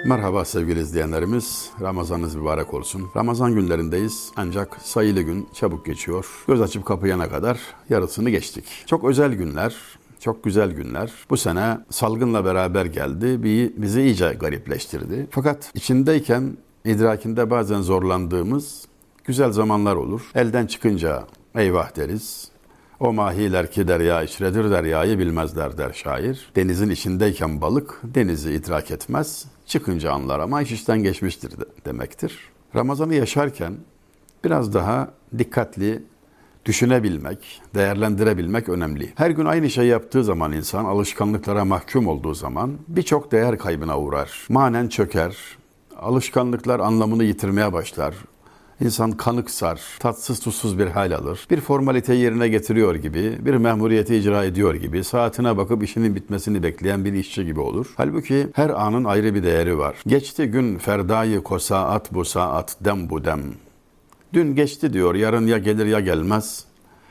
Merhaba sevgili izleyenlerimiz, Ramazanınız mübarek olsun. Ramazan günlerindeyiz ancak sayılı gün çabuk geçiyor. Göz açıp kapayana kadar yarısını geçtik. Çok özel günler, çok güzel günler. Bu sene salgınla beraber geldi, bizi iyice garipleştirdi. Fakat içindeyken idrakinde bazen zorlandığımız güzel zamanlar olur. Elden çıkınca eyvah deriz. O mahiler ki derya içredir, deryayı bilmezler der şair. Denizin içindeyken balık denizi idrak etmez. Çıkınca anlar ama iş işten geçmiştir demektir. Ramazan'ı yaşarken biraz daha dikkatli düşünebilmek, değerlendirebilmek önemli. Her gün aynı şeyi yaptığı zaman insan alışkanlıklara mahkum olduğu zaman birçok değer kaybına uğrar. Manen çöker, alışkanlıklar anlamını yitirmeye başlar. İnsan kanıksar, tatsız tuzsuz bir hal alır. Bir formaliteyi yerine getiriyor gibi, bir memuriyeti icra ediyor gibi, saatine bakıp işinin bitmesini bekleyen bir işçi gibi olur. Halbuki her anın ayrı bir değeri var. Geçti gün ferdayı ko saat bu saat dem bu dem. Dün geçti diyor, yarın ya gelir ya gelmez.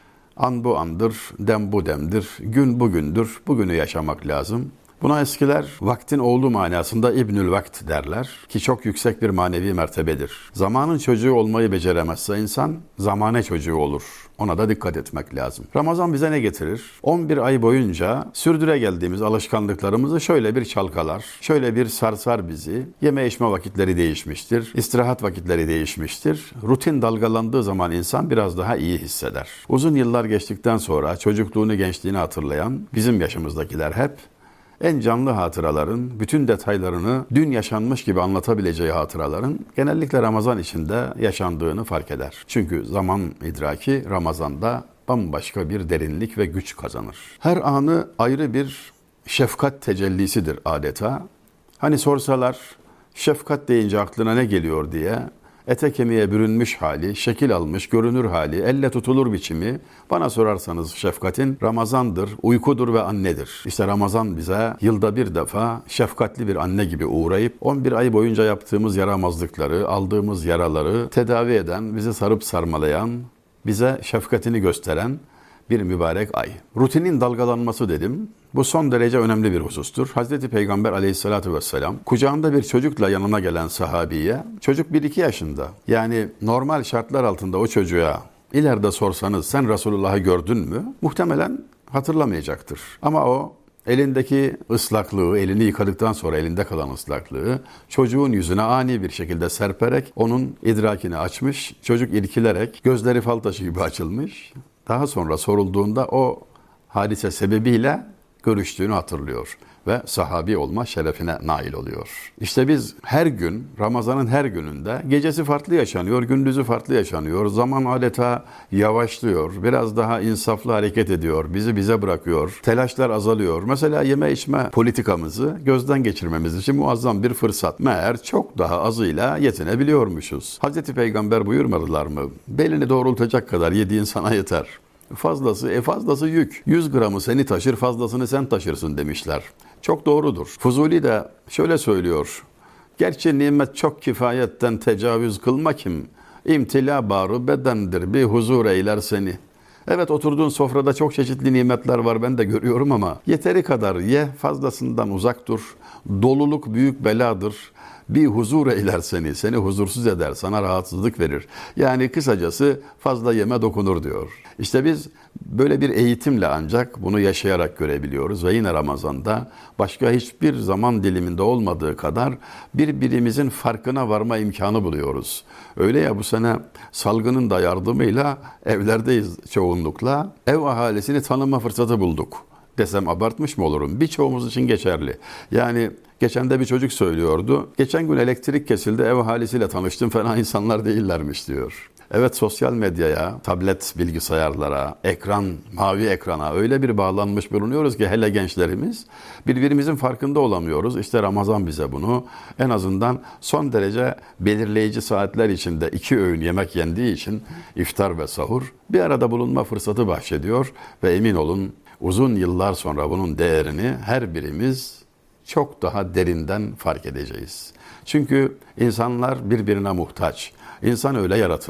An bu andır, dem bu demdir. Gün bugündür, bugünü yaşamak lazım. Buna eskiler vaktin oğlu manasında İbnül Vakt derler ki çok yüksek bir manevi mertebedir. Zamanın çocuğu olmayı beceremezse insan zamane çocuğu olur. Ona da dikkat etmek lazım. Ramazan bize ne getirir? 11 ay boyunca sürdüre geldiğimiz alışkanlıklarımızı şöyle bir çalkalar, şöyle bir sarsar bizi. Yeme içme vakitleri değişmiştir, istirahat vakitleri değişmiştir. Rutin dalgalandığı zaman insan biraz daha iyi hisseder. Uzun yıllar geçtikten sonra çocukluğunu, gençliğini hatırlayan bizim yaşımızdakiler hep en canlı hatıraların, bütün detaylarını dün yaşanmış gibi anlatabileceği hatıraların genellikle Ramazan içinde yaşandığını fark eder. Çünkü zaman idraki Ramazan'da bambaşka bir derinlik ve güç kazanır. Her anı ayrı bir şefkat tecellisidir adeta. Hani sorsalar şefkat deyince aklına ne geliyor diye ete kemiğe bürünmüş hali, şekil almış, görünür hali, elle tutulur biçimi, bana sorarsanız şefkatin Ramazan'dır, uykudur ve annedir. İşte Ramazan bize yılda bir defa şefkatli bir anne gibi uğrayıp 11 ay boyunca yaptığımız yaramazlıkları, aldığımız yaraları tedavi eden, bizi sarıp sarmalayan, bize şefkatini gösteren bir mübarek ay. Rutinin dalgalanması dedim. Bu son derece önemli bir husustur. Hazreti Peygamber aleyhissalatü vesselam kucağında bir çocukla yanına gelen sahabiye, çocuk 1-2 yaşında. Yani normal şartlar altında o çocuğa ileride sorsanız sen Resulullah'ı gördün mü? Muhtemelen hatırlamayacaktır. Ama o elindeki ıslaklığı, elini yıkadıktan sonra elinde kalan ıslaklığı çocuğun yüzüne ani bir şekilde serperek onun idrakini açmış, çocuk irkilerek gözleri fal taşı gibi açılmış. Daha sonra sorulduğunda o hadise sebebiyle görüştüğünü hatırlıyor ve sahabi olma şerefine nail oluyor. İşte biz her gün, Ramazan'ın her gününde gecesi farklı yaşanıyor, gündüzü farklı yaşanıyor. Zaman adeta yavaşlıyor, biraz daha insaflı hareket ediyor, bizi bize bırakıyor, telaşlar azalıyor. Mesela yeme içme politikamızı gözden geçirmemiz için muazzam bir fırsat. Meğer çok daha azıyla yetinebiliyormuşuz. Hazreti Peygamber buyurmadılar mı? Belini doğrultacak kadar yediğin sana yeter. Fazlası yük. 100 gramı seni taşır, fazlasını sen taşırsın demişler. Çok doğrudur. Fuzuli de şöyle söylüyor. Gerçi nimet çok kifayetten tecavüz kılma kim? İmtila barı bedendir, bir huzur eyler seni. Evet, oturduğun sofrada çok çeşitli nimetler var, ben de görüyorum ama yeteri kadar ye, fazlasından uzak dur. Doluluk büyük beladır. Bir huzur eyler seni huzursuz eder, sana rahatsızlık verir. Yani kısacası fazla yeme dokunur diyor. İşte biz böyle bir eğitimle ancak bunu yaşayarak görebiliyoruz ve yine Ramazan'da başka hiçbir zaman diliminde olmadığı kadar birbirimizin farkına varma imkanı buluyoruz. Öyle ya, bu sene salgının da yardımıyla evlerdeyiz çoğunlukla. Ev ahalisini tanıma fırsatı bulduk desem abartmış mı olurum? Birçoğumuz için geçerli. Yani geçen de bir çocuk söylüyordu. Geçen gün elektrik kesildi, ev ahalisiyle tanıştım, fena insanlar değillermiş diyor. Evet, sosyal medyaya, tablet bilgisayarlara, mavi ekrana öyle bir bağlanmış bulunuyoruz ki hele gençlerimiz birbirimizin farkında olamıyoruz. İşte Ramazan bize bunu en azından son derece belirleyici saatler içinde 2 öğün yemek yendiği için iftar ve sahur bir arada bulunma fırsatı bahşediyor ve emin olun uzun yıllar sonra bunun değerini her birimiz çok daha derinden fark edeceğiz. Çünkü insanlar birbirine muhtaç. İnsan öyle yaratıldı.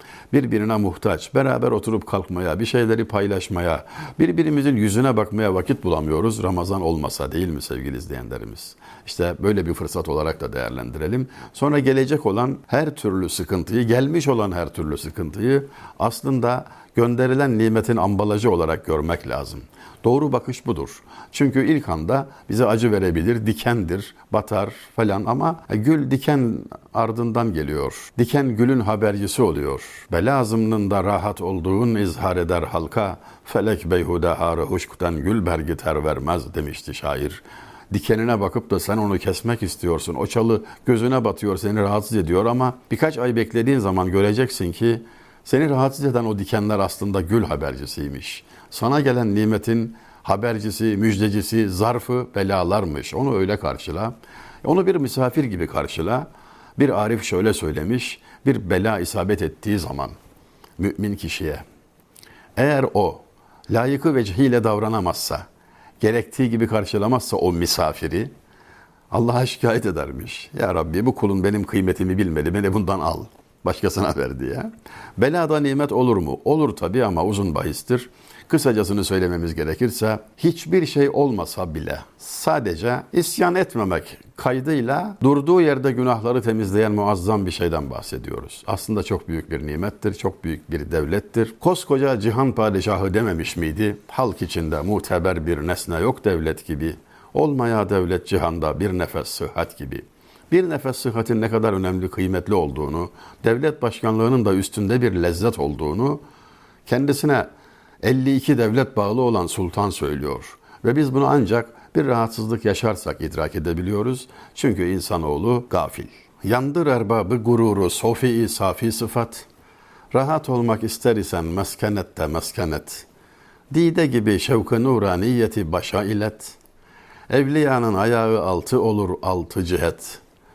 birbirine muhtaç, beraber oturup kalkmaya, bir şeyleri paylaşmaya, birbirimizin yüzüne bakmaya vakit bulamıyoruz Ramazan olmasa, değil mi sevgili izleyenlerimiz? İşte böyle bir fırsat olarak da değerlendirelim. Sonra gelecek olan her türlü sıkıntıyı, gelmiş olan her türlü sıkıntıyı aslında gönderilen nimetin ambalajı olarak görmek lazım. Doğru bakış budur. Çünkü ilk anda bize acı verebilir, dikendir, batar falan ama gül diken ardından geliyor. Diken gülün habercisi oluyor. Bela zımnında rahat olduğun izhar eder halka, felek beyhude harı huşktan gül bergi ter vermez demişti şair. Dikenine bakıp da sen onu kesmek istiyorsun. O çalı gözüne batıyor, seni rahatsız ediyor ama birkaç ay beklediğin zaman göreceksin ki seni rahatsız eden o dikenler aslında gül habercisiymiş. Sana gelen nimetin habercisi, müjdecisi, zarfı belalarmış. Onu öyle karşıla. Onu bir misafir gibi karşıla. Bir arif şöyle söylemiş, bir bela isabet ettiği zaman mümin kişiye, eğer o layıkı vecihiyle davranamazsa, gerektiği gibi karşılamazsa o misafiri, Allah'a şikayet edermiş. Ya Rabbi, bu kulun benim kıymetimi bilmedi, beni bundan al, başkasına ver diye. Belada nimet olur mu? Olur tabii ama uzun bahistir. Kısacasını söylememiz gerekirse hiçbir şey olmasa bile sadece isyan etmemek kaydıyla durduğu yerde günahları temizleyen muazzam bir şeyden bahsediyoruz. Aslında çok büyük bir nimettir, çok büyük bir devlettir. Koskoca cihan padişahı dememiş miydi? Halk içinde muteber bir nesne yok devlet gibi. Olmaya devlet cihanda bir nefes sıhhat gibi. Bir nefes sıhhatin ne kadar önemli, kıymetli olduğunu, devlet başkanlığının da üstünde bir lezzet olduğunu kendisine 52 devlet bağlı olan sultan söylüyor. Ve biz bunu ancak bir rahatsızlık yaşarsak idrak edebiliyoruz. Çünkü insanoğlu gafil. Yandır erbabı gururu, sofi-i safi sıfat. Rahat olmak ister isen meskenette meskenet. Dide gibi şevk-ı nuraniyeti başa ilet. Evliyanın ayağı altı olur altı cihet.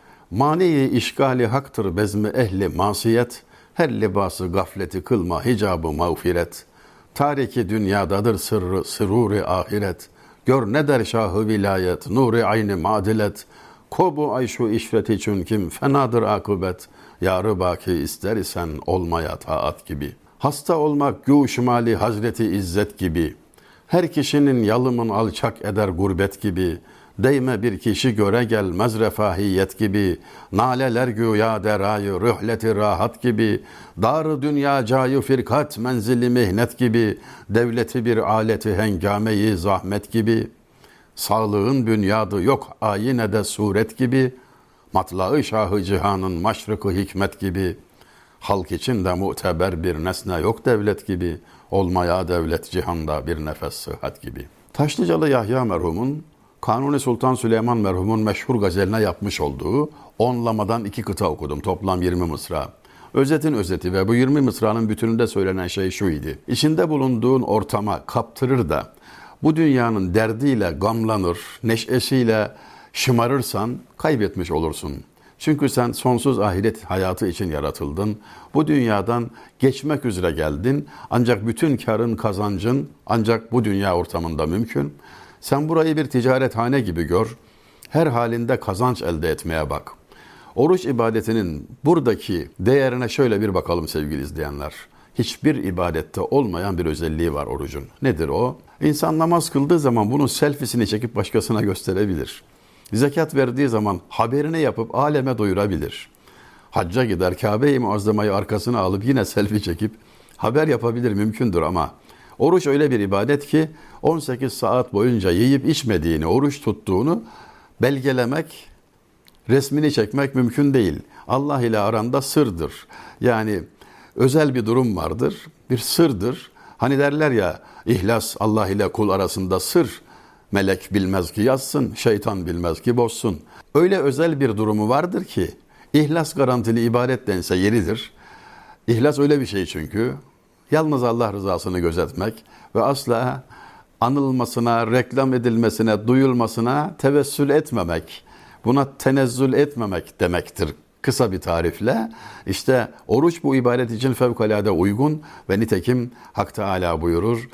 Mani-i işgali haktır bezmi ehli masiyet. Her libası gafleti kılma hicabı mağfiret. Tariki dünyadadır sırrı sıruri ahiret. Gör ne der şahı vilayet, nuri ayni madilet. Kobu ayşu işret için kim fenadır akıbet. Yarı baki ister isen olmaya taat gibi. Hasta olmak gûşmali hazreti izzet gibi. Her kişinin yalımın alçak eder gurbet gibi. Değme bir kişi göre gelmez refahiyet gibi. Naleler güya derayı rühleti rahat gibi. Dar dünya cayı firkat menzili mihnet gibi. Devleti bir aleti hengameyi zahmet gibi. Sağlığın bünyadı yok ayinede suret gibi. Matlağı şahı cihanın maşrıkı hikmet gibi. Halk için de muteber bir nesne yok devlet gibi. Olmaya devlet cihanda bir nefes sıhhat gibi. Taşlıcalı Yahya merhumun Kanuni Sultan Süleyman merhumun meşhur gazeline yapmış olduğu 10'lamadan 2 kıta okudum. Toplam 20 mısra. Özetin özeti ve bu 20 mısranın bütününde söylenen şey şu idi. İçinde bulunduğun ortama kaptırır da bu dünyanın derdiyle gamlanır, neşesiyle şımarırsan kaybetmiş olursun. Çünkü sen sonsuz ahiret hayatı için yaratıldın. Bu dünyadan geçmek üzere geldin. Ancak bütün karın, kazancın ancak bu dünya ortamında mümkün. Sen burayı bir ticarethane gibi gör. Her halinde kazanç elde etmeye bak. Oruç ibadetinin buradaki değerine şöyle bir bakalım sevgili izleyenler. Hiçbir ibadette olmayan bir özelliği var orucun. Nedir o? İnsan namaz kıldığı zaman bunun selfiesini çekip başkasına gösterebilir. Zekat verdiği zaman haberini yapıp aleme duyurabilir. Hacca gider, Kabe-i Muazzama'yı arkasına alıp yine selfie çekip haber yapabilir, mümkündür ama oruç öyle bir ibadet ki 18 saat boyunca yiyip içmediğini, oruç tuttuğunu belgelemek, resmini çekmek mümkün değil. Allah ile aranda sırdır. Yani özel bir durum vardır, bir sırdır. Hani derler ya, İhlas Allah ile kul arasında sır. Melek bilmez ki yazsın, şeytan bilmez ki bozsun. Öyle özel bir durumu vardır ki, ihlas garantili ibadet dense yeridir. İhlas öyle bir şey çünkü. Yalnız Allah rızasını gözetmek ve asla anılmasına, reklam edilmesine, duyulmasına tevessül etmemek, buna tenezzül etmemek demektir. Kısa bir tarifle işte oruç bu ibadet için fevkalade uygun ve nitekim Hak Teâlâ buyurur,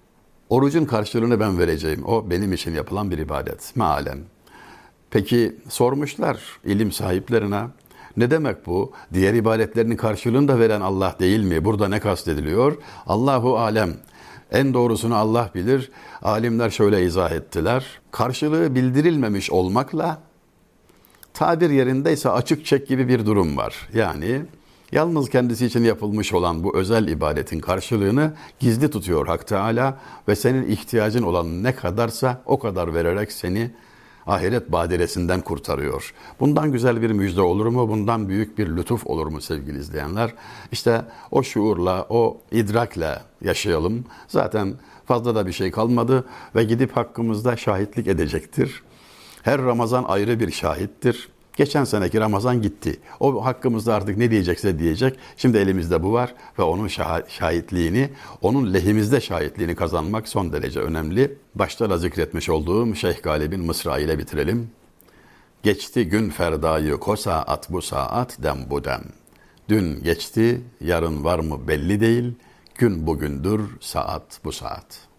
orucun karşılığını ben vereceğim. O benim için yapılan bir ibadet. Mealen. Peki sormuşlar ilim sahiplerine, Ne demek bu? Diğer ibadetlerinin karşılığını da veren Allah değil mi? Burada ne kastediliyor? Allahu alem. En doğrusunu Allah bilir. Alimler şöyle izah ettiler. Karşılığı bildirilmemiş olmakla tabir yerindeyse açık çek gibi bir durum var. Yani yalnız kendisi için yapılmış olan bu özel ibadetin karşılığını gizli tutuyor Hak Teala ve senin ihtiyacın olan ne kadarsa o kadar vererek seni ahiret badiresinden kurtarıyor. Bundan güzel bir müjde olur mu? Bundan büyük bir lütuf olur mu sevgili izleyenler? İşte o şuurla, o idrakle yaşayalım. Zaten fazla da bir şey kalmadı ve gidip hakkımızda şahitlik edecektir. Her Ramazan ayrı bir şahittir. Geçen seneki Ramazan gitti. O hakkımızda artık ne diyecekse diyecek. Şimdi elimizde bu var ve onun şahitliğini, onun lehimizde şahitliğini kazanmak son derece önemli. Başta da zikretmiş olduğum Şeyh Galip'in mısra ile bitirelim. Geçti gün ferdayı ko saat bu saat dem bu dem. Dün geçti, yarın var mı belli değil. Gün bugündür, saat bu saat.